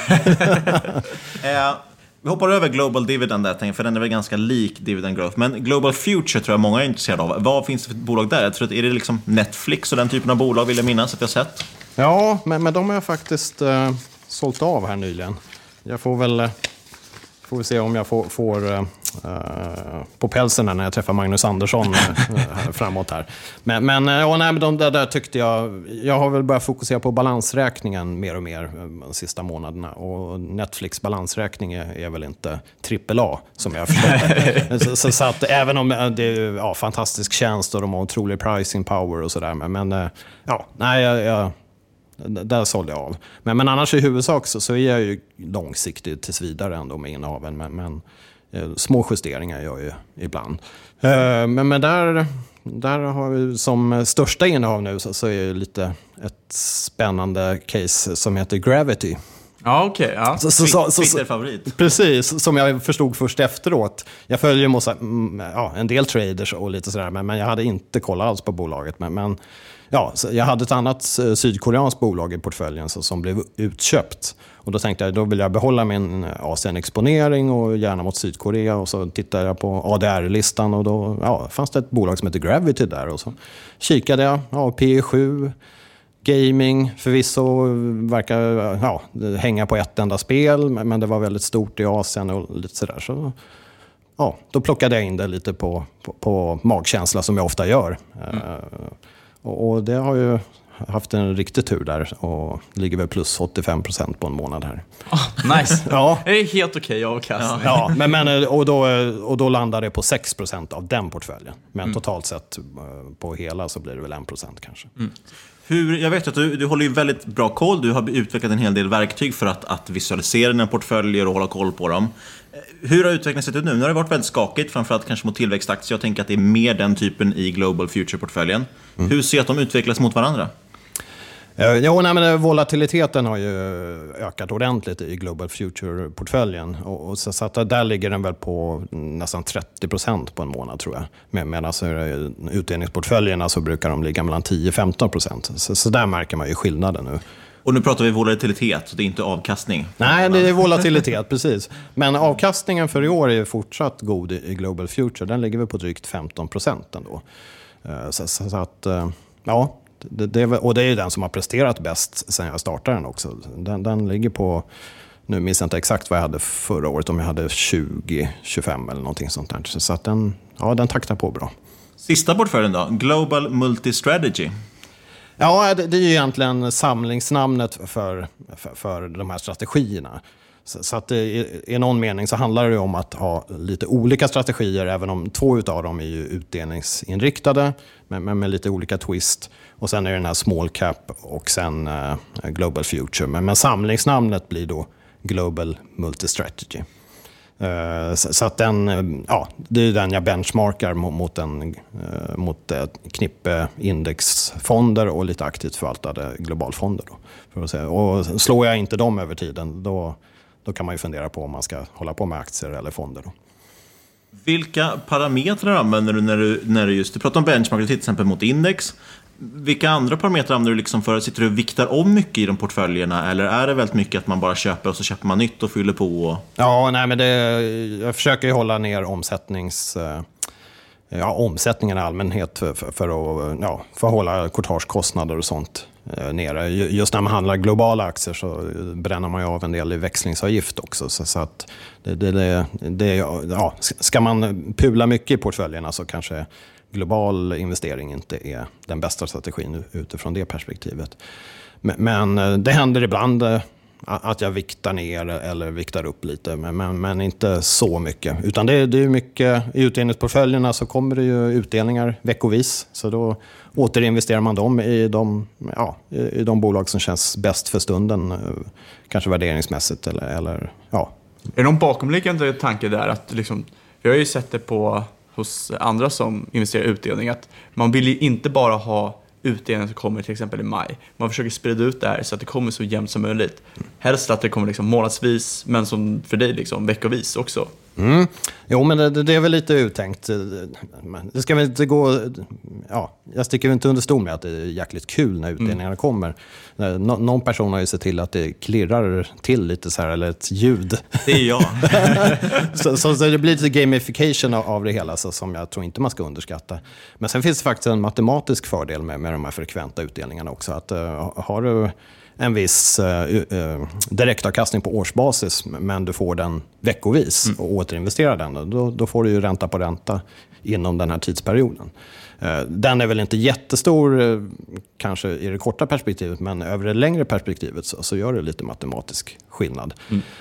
Vi hoppar över Global Dividend där, för den är väl ganska lik Dividend Growth. Men Global Future tror jag många är intresserade av. Vad finns det för bolag där? Jag tror att är det liksom Netflix och den typen av bolag, vill jag minnas att jag sett? Ja, men de har jag faktiskt sålt av här nyligen. Jag får se om jag får på pälsen när jag träffar Magnus Andersson framåt här. Men de där tyckte jag har väl börjat fokusera på balansräkningen mer och mer de sista månaderna. Och Netflix balansräkning är väl inte AAA som jag förstår. så att även om det är fantastisk tjänst och de har otrolig pricing power och sådär. Där sålde jag av. Men annars i huvudsak så är jag ju långsiktig tills vidare ändå med innehaven. Men små justeringar gör ju ibland. Men där har vi som största innehav nu så är det lite ett spännande case som heter Gravity. Ja, okej. Ja. Twitter-favorit. Precis, som jag förstod först efteråt. Jag följer en del traders och lite sådär, men jag hade inte kollat alls på bolaget. Men jag hade ett annat sydkoreanskt bolag i portföljen som blev utköpt. Och då tänkte jag, då vill jag behålla min Asien-exponering och gärna mot Sydkorea. Och så tittade jag på ADR-listan och då fanns det ett bolag som heter Gravity där. Och så kikade jag, P7, gaming, förvisso verkar hänga på ett enda spel. Men det var väldigt stort i Asien och lite sådär. Så då plockade jag in det lite på magkänsla som jag ofta gör. Och det har ju haft en riktig tur där och ligger väl plus 85% på en månad här. Nice. Ja. Det är helt okej avkastning. Ja, och då landar det på 6% av den portföljen. Men totalt sett på hela så blir det väl 1% kanske. Jag vet att du håller ju väldigt bra koll. Du har utvecklat en hel del verktyg för att visualisera dina portföljer och hålla koll på dem. Hur har utvecklingen sett ut nu? Nu har det varit väldigt skakigt, framförallt kanske mot tillväxtaktier. Jag tänker att det är mer den typen i Global Future-portföljen. Hur ser att de utvecklas mot varandra? Men volatiliteten har ju ökat ordentligt i Global Future-portföljen. Och så att där ligger den väl på nästan 30% på en månad tror jag. Medan utdelningsportföljerna så brukar de ligga mellan 10-15%. Så där märker man ju skillnaden nu. Och nu pratar vi volatilitet, så det är inte avkastning. Nej, det är volatilitet, precis. Men avkastningen för i år är fortsatt god i Global Future. Den ligger väl på drygt 15% ändå. Så att, ja... Och det är ju den som har presterat bäst sen jag startade den också. Den ligger på, nu minns jag inte exakt vad jag hade förra året, om jag hade 20-25 eller någonting sånt där. Så att den taktar på bra. Sista portföljen då, Global Multi-Strategy. Ja, det är ju egentligen samlingsnamnet för de här strategierna. Så att i någon mening så handlar det om att ha lite olika strategier, även om 2 utav dem är ju utdelningsinriktade, men med lite olika twist. Och sen är det den här small cap och sen Global Future. Men samlingsnamnet blir då Global Multi-Strategy. Så att det är den jag benchmarkar mot ett knippe indexfonder och lite aktivt förvaltade globalfonder då, för att säga. Och slår jag inte dem över tiden, då kan man ju fundera på om man ska hålla på med aktier eller fonder då. Vilka parametrar använder du när du du pratar om benchmark till exempel mot index? Vilka andra parametrar använder du liksom för? Sitter du och viktar om mycket i de portföljerna, eller är det väldigt mycket att man bara köper och så köper man nytt och fyller på? Och... Ja, nej, men jag försöker ju hålla ner omsättningen i allmänhet för att hålla courtagekostnader och sånt nere. Just när man handlar globala aktier så bränner man ju av en del i växlingsavgift också. Så att ska man pula mycket i portföljerna så kanske global investering inte är den bästa strategin utifrån det perspektivet. Men det händer ibland att jag viktar ner eller viktar upp lite, men inte så mycket. Utan det är mycket i utdelningsportföljerna, så kommer det ju utdelningar veckovis. Så då återinvesterar man dem i de bolag som känns bäst för stunden, kanske värderingsmässigt eller ja. Är det någon bakomliggande tanke där att liksom, jag har ju sett det hos andra som investerar i utdelning, att man vill ju inte bara ha utdelningen som kommer till exempel i maj. Man försöker sprida ut det här så att det kommer så jämnt som möjligt. Helst att det kommer liksom månadsvis, men som för dig liksom veckovis också. Jo, men det är väl lite uttänkt. Det ska väl inte gå... Ja, jag sticker inte under stol med att det är jäkligt kul när utdelningarna kommer. Någon person har ju sett till att det klirrar till lite så här, eller ett ljud. Det är jag. så det blir lite gamification av det hela, så som jag tror inte man ska underskatta. Men sen finns det faktiskt en matematisk fördel med de här frekventa utdelningarna också. Att har du en viss direktavkastning på årsbasis, men du får den veckovis och återinvesterar den, då får du ju ränta på ränta inom den här tidsperioden. Den är väl inte jättestor kanske i det korta perspektivet, men över det längre perspektivet så gör det lite matematisk skillnad.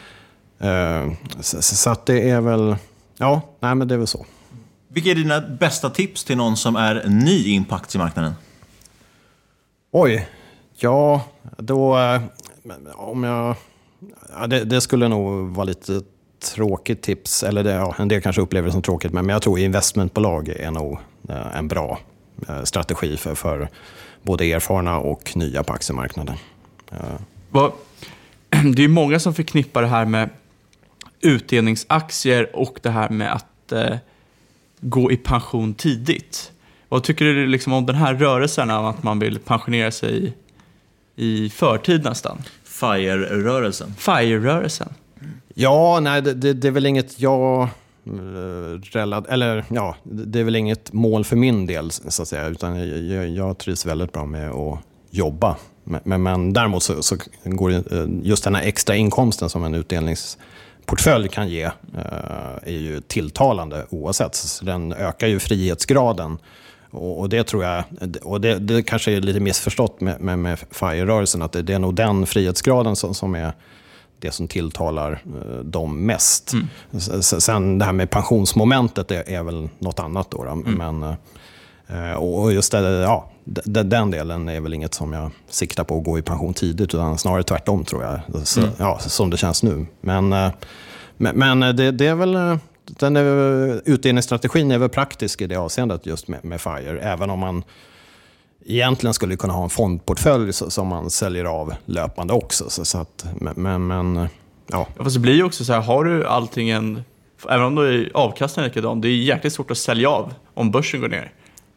Så att det är väl, men det är väl så. Vilka är dina bästa tips till någon som är ny in på aktiemarknaden? Oj, ja, då det skulle nog vara lite tråkigt tips, eller en del kanske upplever det som tråkigt, men jag tror investmentbolag är nog en bra strategi för både erfarna och nya på aktiemarknaden. Det är många som förknippar det här med utdelningsaktier och det här med att gå i pension tidigt. Vad tycker du liksom om den här rörelsen av att man vill pensionera sig i förtid nästan? FIRE-rörelsen. Ja, nej, det är väl inget det är väl inget mål för min del, så att säga, utan jag trivs väldigt bra med att jobba. Men däremot så går just den här extra inkomsten som en utdelningsportfölj portfölj kan ge är ju tilltalande oavsett. Så den ökar ju frihetsgraden. Och det tror jag, och det kanske är lite missförstått med FIRE-rörelsen, att det är nog den frihetsgraden som är det som tilltalar dem mest. Sen det här med pensionsmomentet är väl något annat då. Men, och just det, den delen är väl inget som jag siktar på att gå i pension tidigt, utan snarare tvärtom tror jag. Som det känns nu. Men det är väl... Utdelningsstrategin är väl praktisk i det avseendet just med FIRE. Även om man egentligen skulle kunna ha en fondportfölj som man säljer av löpande också. Så att, ja. Fast det blir ju också så här, har du allting även om du är avkastningen likadan, det är jäkligt svårt att sälja av om börsen går ner.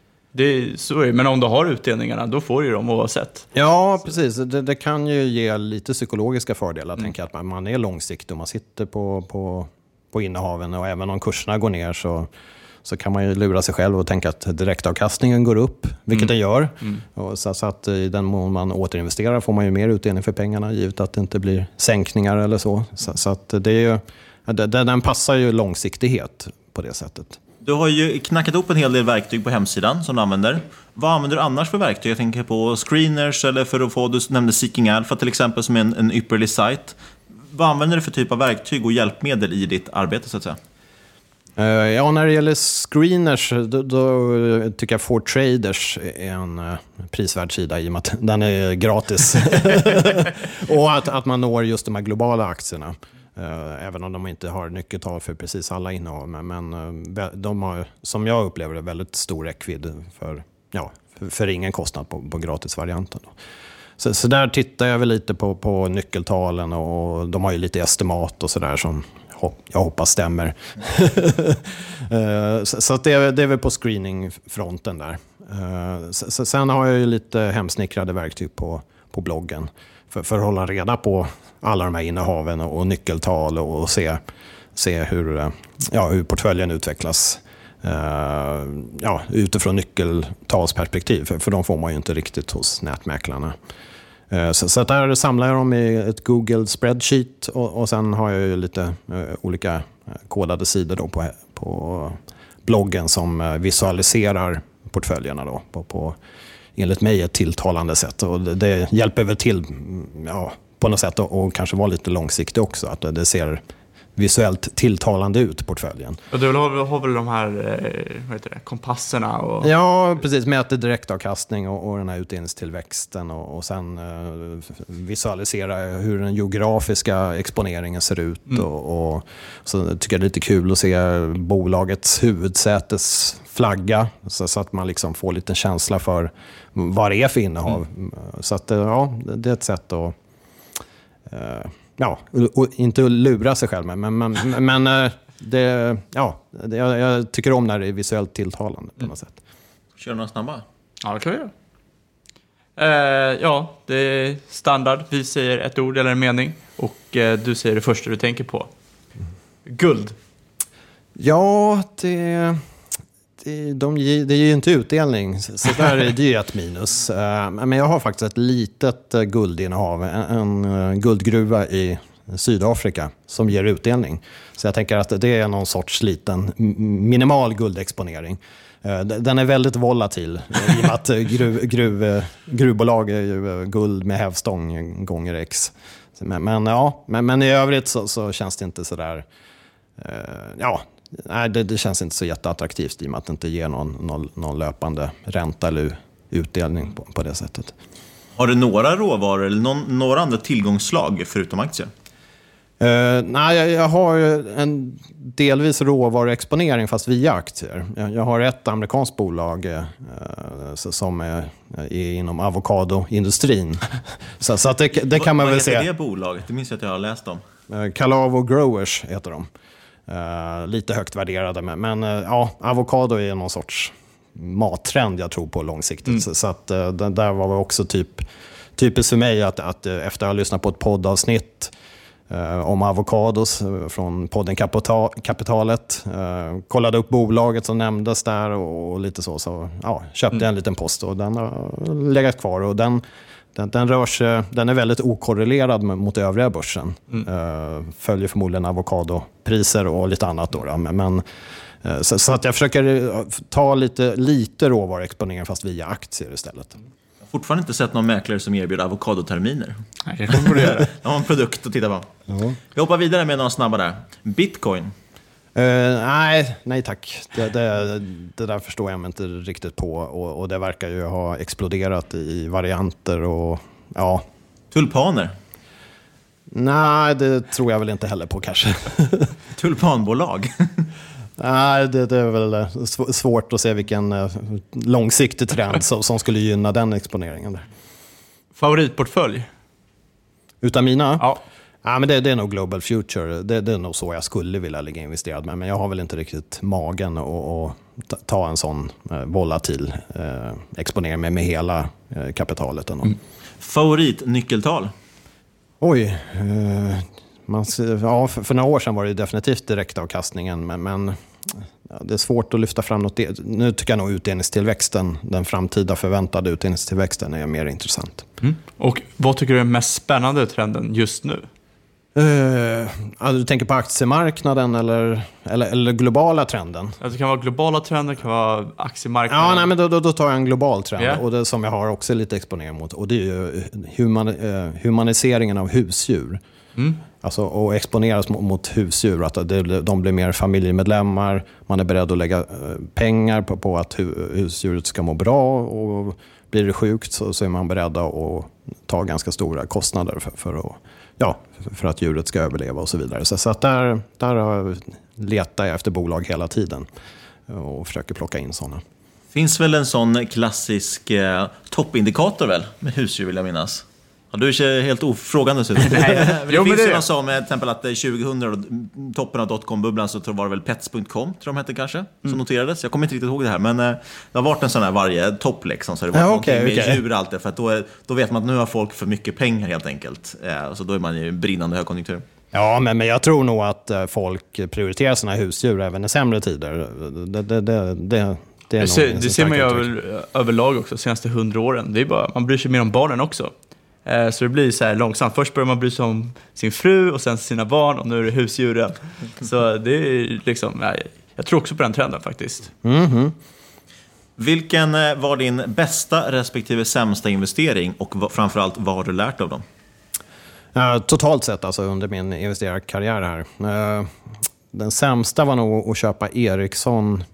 Men om du har utdelningarna, då får du dem oavsett. Ja, precis. Det kan ju ge lite psykologiska fördelar. Tänka att man är långsiktig och man sitter på innehaven, och även om kurserna går ner så kan man ju lura sig själv och tänka att direktavkastningen går upp, vilket den gör. Och så att i den mån man återinvesterar får man ju mer utdelning för pengarna, givet att det inte blir sänkningar eller så. Så att det är ju, den passar ju långsiktighet på det sättet. Du har ju knackat upp en hel del verktyg på hemsidan som du använder. Vad använder du annars för verktyg? Jag tänker på screeners eller för att få, du nämnde Seeking Alpha till exempel som är en ypperlig sajt. Vad använder du för typ av verktyg och hjälpmedel i ditt arbete så att säga? Ja, när det gäller screeners då tycker jag Ford Traders är en prisvärd sida i och med att den är gratis. Och att man når just de här globala aktierna. Även om de inte har nyckeltal för precis alla innehav. Men de har, som jag upplever det, väldigt stor räckvidd för ingen kostnad på gratisvarianten. Så där tittar jag väl lite på nyckeltalen, och de har ju lite estimat och sådär som jag hoppas stämmer. Så att det är väl på screeningfronten där. Sen har jag ju lite hemsnickrade verktyg på bloggen för att hålla reda på alla de här innehaven och nyckeltal och se hur portföljen utvecklas. Utifrån nyckeltalsperspektiv, för de får man ju inte riktigt hos nätmäklarna. Så där samlar jag dem i ett Google spreadsheet, och sen har jag ju lite olika kodade sidor då på bloggen som visualiserar portföljerna då på enligt mig ett tilltalande sätt, och det hjälper väl till på något sätt, och kanske vara lite långsiktigt också, att det ser visuellt tilltalande ut, portföljen. Och du har väl de här kompasserna? Och... Ja, precis. Mäter direktavkastning och den här utdelningstillväxten, och sen visualisera hur den geografiska exponeringen ser ut. Och så tycker jag det är lite kul att se bolagets huvudsätes flagga, så att man liksom får lite känsla för vad det är för innehav. Så att det är ett sätt att och inte att lura sig själv men jag tycker om när det är visuellt tilltalande på något sätt. Kör du några snabba? Ja, det kan vi göra. Det är standard. Vi säger ett ord eller en mening, och du säger det första du tänker på. Guld. Ja, det ger ju inte utdelning, så där är det ju ett minus. Men jag har faktiskt ett litet guldinnehav, en guldgruva i Sydafrika som ger utdelning. Så jag tänker att det är någon sorts liten minimal guldexponering. Den är väldigt volatil i och med att gruvbolag är ju guld med hävstång gånger X. Men i övrigt så känns det inte så där... Nej, det känns inte så jätteattraktivt i och med att det inte ger någon löpande ränta eller utdelning på det sättet. Har du några råvaror eller några andra tillgångsslag förutom aktier? Nej, jag har en delvis råvaruexponering fast via aktier. Jag har ett amerikanskt bolag som är inom avokadoindustrin. Så att det kan man väl se. Vad heter det bolaget? Det minns jag att jag har läst om. Calavo Growers heter de. Lite högt värderade, men avokado är någon sorts mattrend jag tror på långsiktigt. Så att den där var också typiskt för mig att efter att ha lyssnat på ett poddavsnitt om avokados från podden Kapitalet, kollade upp bolaget som nämndes där och lite så köpte jag en liten post, och den har legat kvar, och Den rör sig, den är väldigt okorrelerad mot övriga börsen. Följer förmodligen avokadopriser och lite annat då. Men så att jag försöker ta lite råvaruexponering fast via aktier istället. Jag har fortfarande inte sett någon mäklare som erbjuder avokadoterminer. Nej, det kommer du göra. Jag har en produkt att titta på. Vi hoppar vidare med några snabba där. Bitcoin. Nej tack. Det där förstår jag mig inte riktigt på. Och det verkar ju ha exploderat i varianter och ja. Tulpaner? Nej, det tror jag väl inte heller på kanske. Tulpanbolag? Nej, det är väl svårt att se vilken långsiktig trend som skulle gynna den exponeringen. Favoritportfölj? Utav mina? Ja. Ja, men det är nog Global Future. Det är nog så jag skulle vilja ligga investerad med. Men jag har väl inte riktigt magen att ta en sån volatil exponering med hela kapitalet. Favoritnyckeltal? Oj. För några år sedan var det definitivt direktavkastningen. Men det är svårt att lyfta fram något. Nu tycker jag nog utdelningstillväxten, den framtida förväntade utdelningstillväxten är mer intressant. Och vad tycker du är mest spännande trenden just nu? Du tänker på aktiemarknaden eller globala trenden? Det kan vara globala trender, det kan vara aktiemarknaden. Ja, nej, men då tar jag en global trend. Yeah. Och det som jag har också lite exponering mot. Och det är ju humaniseringen av husdjur. Alltså att exponeras mot husdjur. Att de blir mer familjemedlemmar. Man är beredd att lägga pengar på att husdjuret ska må bra. Och blir det sjukt så är man beredd att ta ganska stora kostnader för att djuret ska överleva och så vidare. Så att där letar jag efter bolag hela tiden och försöker plocka in sådana. Finns väl en sån klassisk toppindikator väl med husdjur vill jag minnas? Ja, du är helt ofrågande. Det finns ju någon som med till exempel att 2000 toppen av dotcom-bubblan så var det väl pets.com tror de hette kanske som noterades. Jag kommer inte riktigt ihåg det här men det har varit en sån här varje topp liksom, så det var någonting med djur alltid för att då vet man att nu har folk för mycket pengar helt enkelt. Så då är man ju brinnande högkonjunktur. Ja, men jag tror nog att folk prioriterar sina husdjur även i sämre tider. Det ser man ju överlag också de senaste 100 åren. Det är bara, man bryr sig mer om barnen också. Så det blir så här långsamt. Först börjar man bry sig om sin fru och sen sina barn och nu är det husdjuren. Så det är liksom, jag tror också på den trenden faktiskt. Vilken var din bästa respektive sämsta investering och framförallt vad har du lärt av dem? Totalt sett alltså under min investerarkarriär här. Den sämsta var nog att köpa Ericsson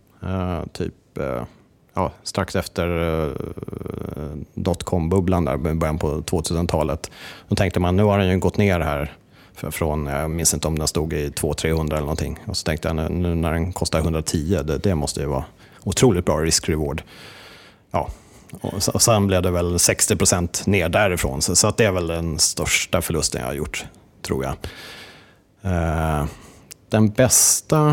strax efter dotcom-bubblan där i början på 2000-talet. Då tänkte man, nu har den ju gått ner här från, jag minns inte om den stod i 200-300 eller någonting. Och så tänkte jag, nu när den kostar 110, det måste ju vara otroligt bra risk-reward. Ja, och sen blev det väl 60% ner därifrån. Så att det är väl den största förlusten jag har gjort, tror jag. Den bästa,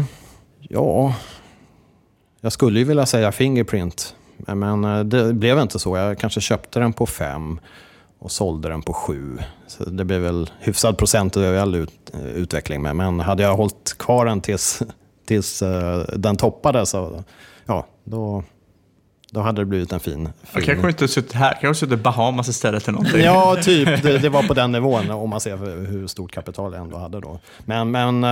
jag skulle ju vilja säga Fingerprint, men det blev inte så. Jag kanske köpte den på 5 och sålde den på 7. Så det blev väl hyfsad procentuell utveckling med. Men hade jag hållit kvar den tills den toppade så då hade det blivit en fin. Jag kanske inte suttit här, kanske suttit i Bahamas istället eller någonting. Ja, typ. Det var på den nivån om man ser hur stort kapital jag ändå hade då. Men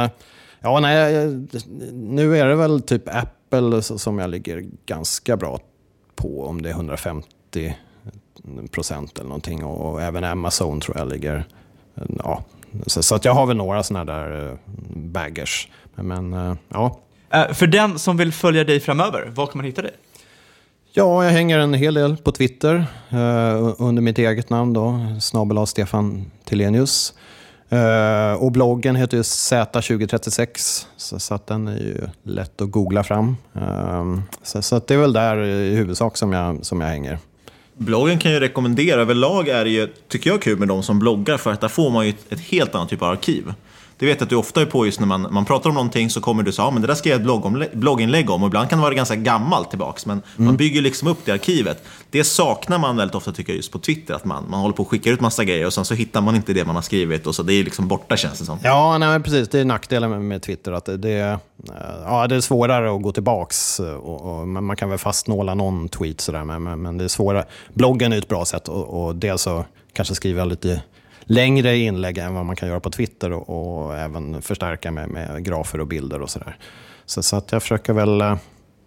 nu är det väl typ Apple som jag ligger ganska bra på, om det är 150% eller någonting, och även Amazon tror jag ligger, så att jag har väl några såna där baggers, men ja. För den som vill följa dig framöver, var kan man hitta dig? Ja, jag hänger en hel del på Twitter under mitt eget namn då, @Stefan Tillenius. Och bloggen heter ju Z2036, så att den är ju lätt att googla fram. Så att det är väl där i huvudsak som jag hänger. Bloggen kan jag rekommendera. Överlag är det ju, tycker jag, kul med de som bloggar, för att där får man ju ett helt annat typ av arkiv. Det vet att du ofta är på just när man pratar om någonting, så kommer du säga, men det där ska jag ett blogginlägg om, och ibland kan det vara ganska gammalt tillbaks, men man bygger liksom upp det arkivet. Det saknar man väldigt ofta, tycker jag, just på Twitter, att man håller på att skicka ut massa grejer och sen så hittar man inte det man har skrivit, och så det är liksom borta, känns det som. Ja, nej, precis, det är nackdelen med Twitter, att det är svårare att gå tillbaks, och man kan väl fastnåla någon tweet sådär, men det är svårare. Bloggen är ett bra sätt, och dels så kanske skriva lite längre inlägg än vad man kan göra på Twitter och även förstärka med grafer och bilder och sådär. Så att jag försöker väl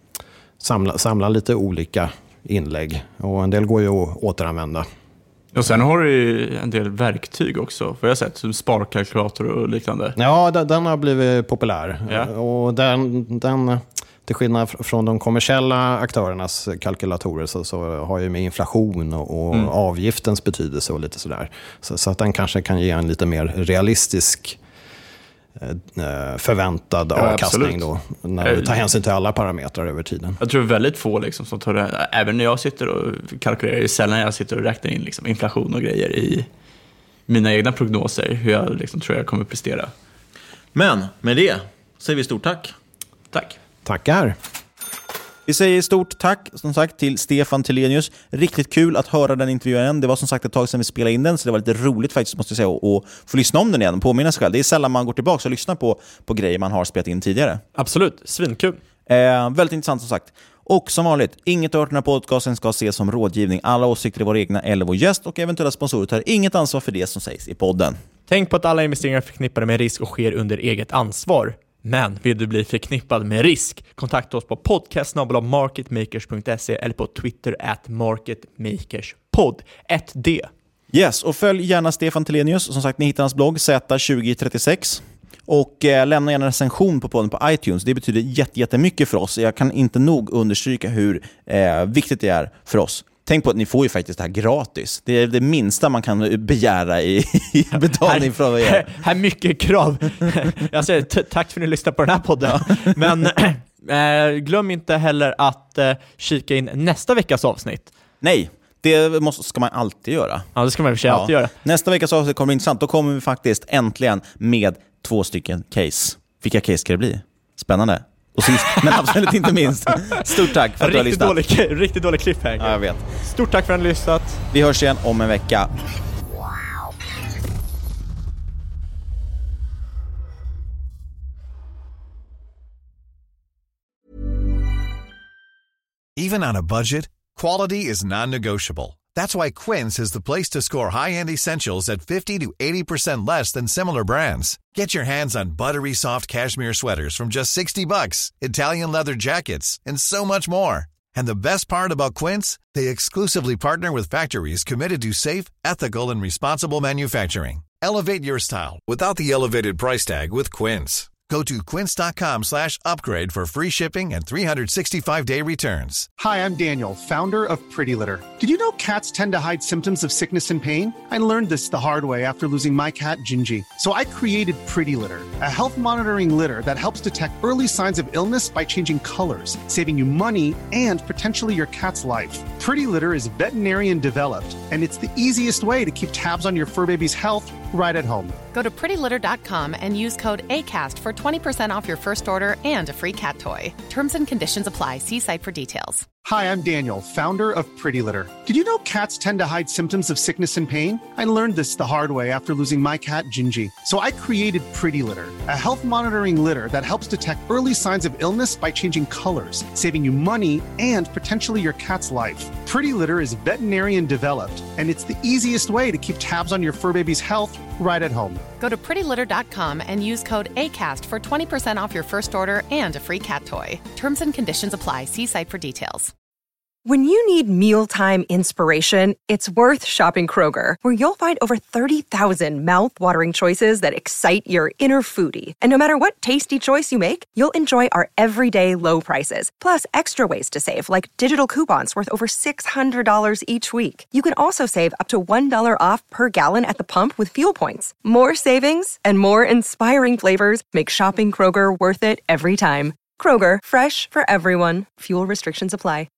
samla lite olika inlägg och en del går ju att återanvända. Och sen har du ju en del verktyg också, för jag har sett, som sparkalkylator och liknande. Ja, den har blivit populär. Ja. Och den, till skillnad från de kommersiella aktörernas kalkylatorer så har ju med inflation och avgiftens betydelse och lite sådär. Så att den kanske kan ge en lite mer realistisk förväntad avkastning då, när vi tar hänsyn till alla parametrar över tiden. Jag tror väldigt få liksom, som tar det. Även när jag sitter och kalkylerar, sällan jag sitter och räknar in liksom, inflation och grejer i mina egna prognoser, hur jag liksom, tror jag kommer prestera. Men med det säger vi stort tack. Tack. Tackar. Vi säger stort tack som sagt till Stefan Telenius. Riktigt kul att höra den intervjun. Det var som sagt ett tag sedan vi spelade in den, så det var lite roligt faktiskt, måste jag säga, att få lyssna om den igen och påminna sig själv. Det är sällan man går tillbaka och lyssnar på grejer man har spelat in tidigare. Absolut, svinkul. Väldigt intressant som sagt. Och som vanligt, inget av den här podcasten ska ses som rådgivning. Alla åsikter är våra egna eller vår gäst, och eventuella sponsorer tar inget ansvar för det som sägs i podden. Tänk på att alla investeringar är förknippade med risk och sker under eget ansvar. Men vill du bli förknippad med risk? Kontakta oss på podcast@marketmakers.se eller på Twitter @marketmakerspod. 1D. Yes, och följ gärna Stefan Telenius. Som sagt, ni hittar hans blogg Z2036. Och lämna gärna en recension på podden på iTunes. Det betyder jättemycket för oss. Jag kan inte nog understryka hur viktigt det är för oss. Tänk på att ni får ju faktiskt det här gratis. Det är det minsta man kan begära i betalning från er. Här mycket krav. Jag säger tack för att ni lyssnade på den här podden. Men glöm inte heller att kika in nästa veckas avsnitt. Nej, det ska man alltid göra. Ja, det ska man alltid göra. Nästa veckas avsnitt kommer bli intressant. Då kommer vi faktiskt äntligen med 2 case. Vilka case ska det bli? Spännande. Och sist, men absolut inte minst, stort tack för att du har lyssnat. Riktigt dålig cliffhanger. Ja, jag vet. Stort tack för att du har lyssnat. Vi hörs igen om en vecka. Even on a budget, quality is non-negotiable. That's why Quince is the place to score high-end essentials at 50 to 80% less than similar brands. Get your hands on buttery soft cashmere sweaters from just $60, Italian leather jackets, and so much more. And the best part about Quince, they exclusively partner with factories committed to safe, ethical, and responsible manufacturing. Elevate your style without the elevated price tag with Quince. Go to quince.com/upgrade for free shipping and 365-day returns. Hi, I'm Daniel, founder of Pretty Litter. Did you know cats tend to hide symptoms of sickness and pain? I learned this the hard way after losing my cat, Gingy. So I created Pretty Litter, a health monitoring litter that helps detect early signs of illness by changing colors, saving you money and potentially your cat's life. Pretty Litter is veterinarian developed, and it's the easiest way to keep tabs on your fur baby's health right at home. Go to prettylitter.com and use code ACAST for 20% off your first order and a free cat toy. Terms and conditions apply. See site for details. Hi, I'm Daniel, founder of Pretty Litter. Did you know cats tend to hide symptoms of sickness and pain? I learned this the hard way after losing my cat, Gingy. So I created Pretty Litter, a health monitoring litter that helps detect early signs of illness by changing colors, saving you money and potentially your cat's life. Pretty Litter is veterinarian developed, and it's the easiest way to keep tabs on your fur baby's health right at home. Go to prettylitter.com and use code ACAST for 20% off your first order and a free cat toy. Terms and conditions apply. See site for details. When you need mealtime inspiration, it's worth shopping Kroger, where you'll find over 30,000 mouth-watering choices that excite your inner foodie. And no matter what tasty choice you make, you'll enjoy our everyday low prices, plus extra ways to save, like digital coupons worth over $600 each week. You can also save up to $1 off per gallon at the pump with fuel points. More savings and more inspiring flavors make shopping Kroger worth it every time. Kroger, fresh for everyone. Fuel restrictions apply.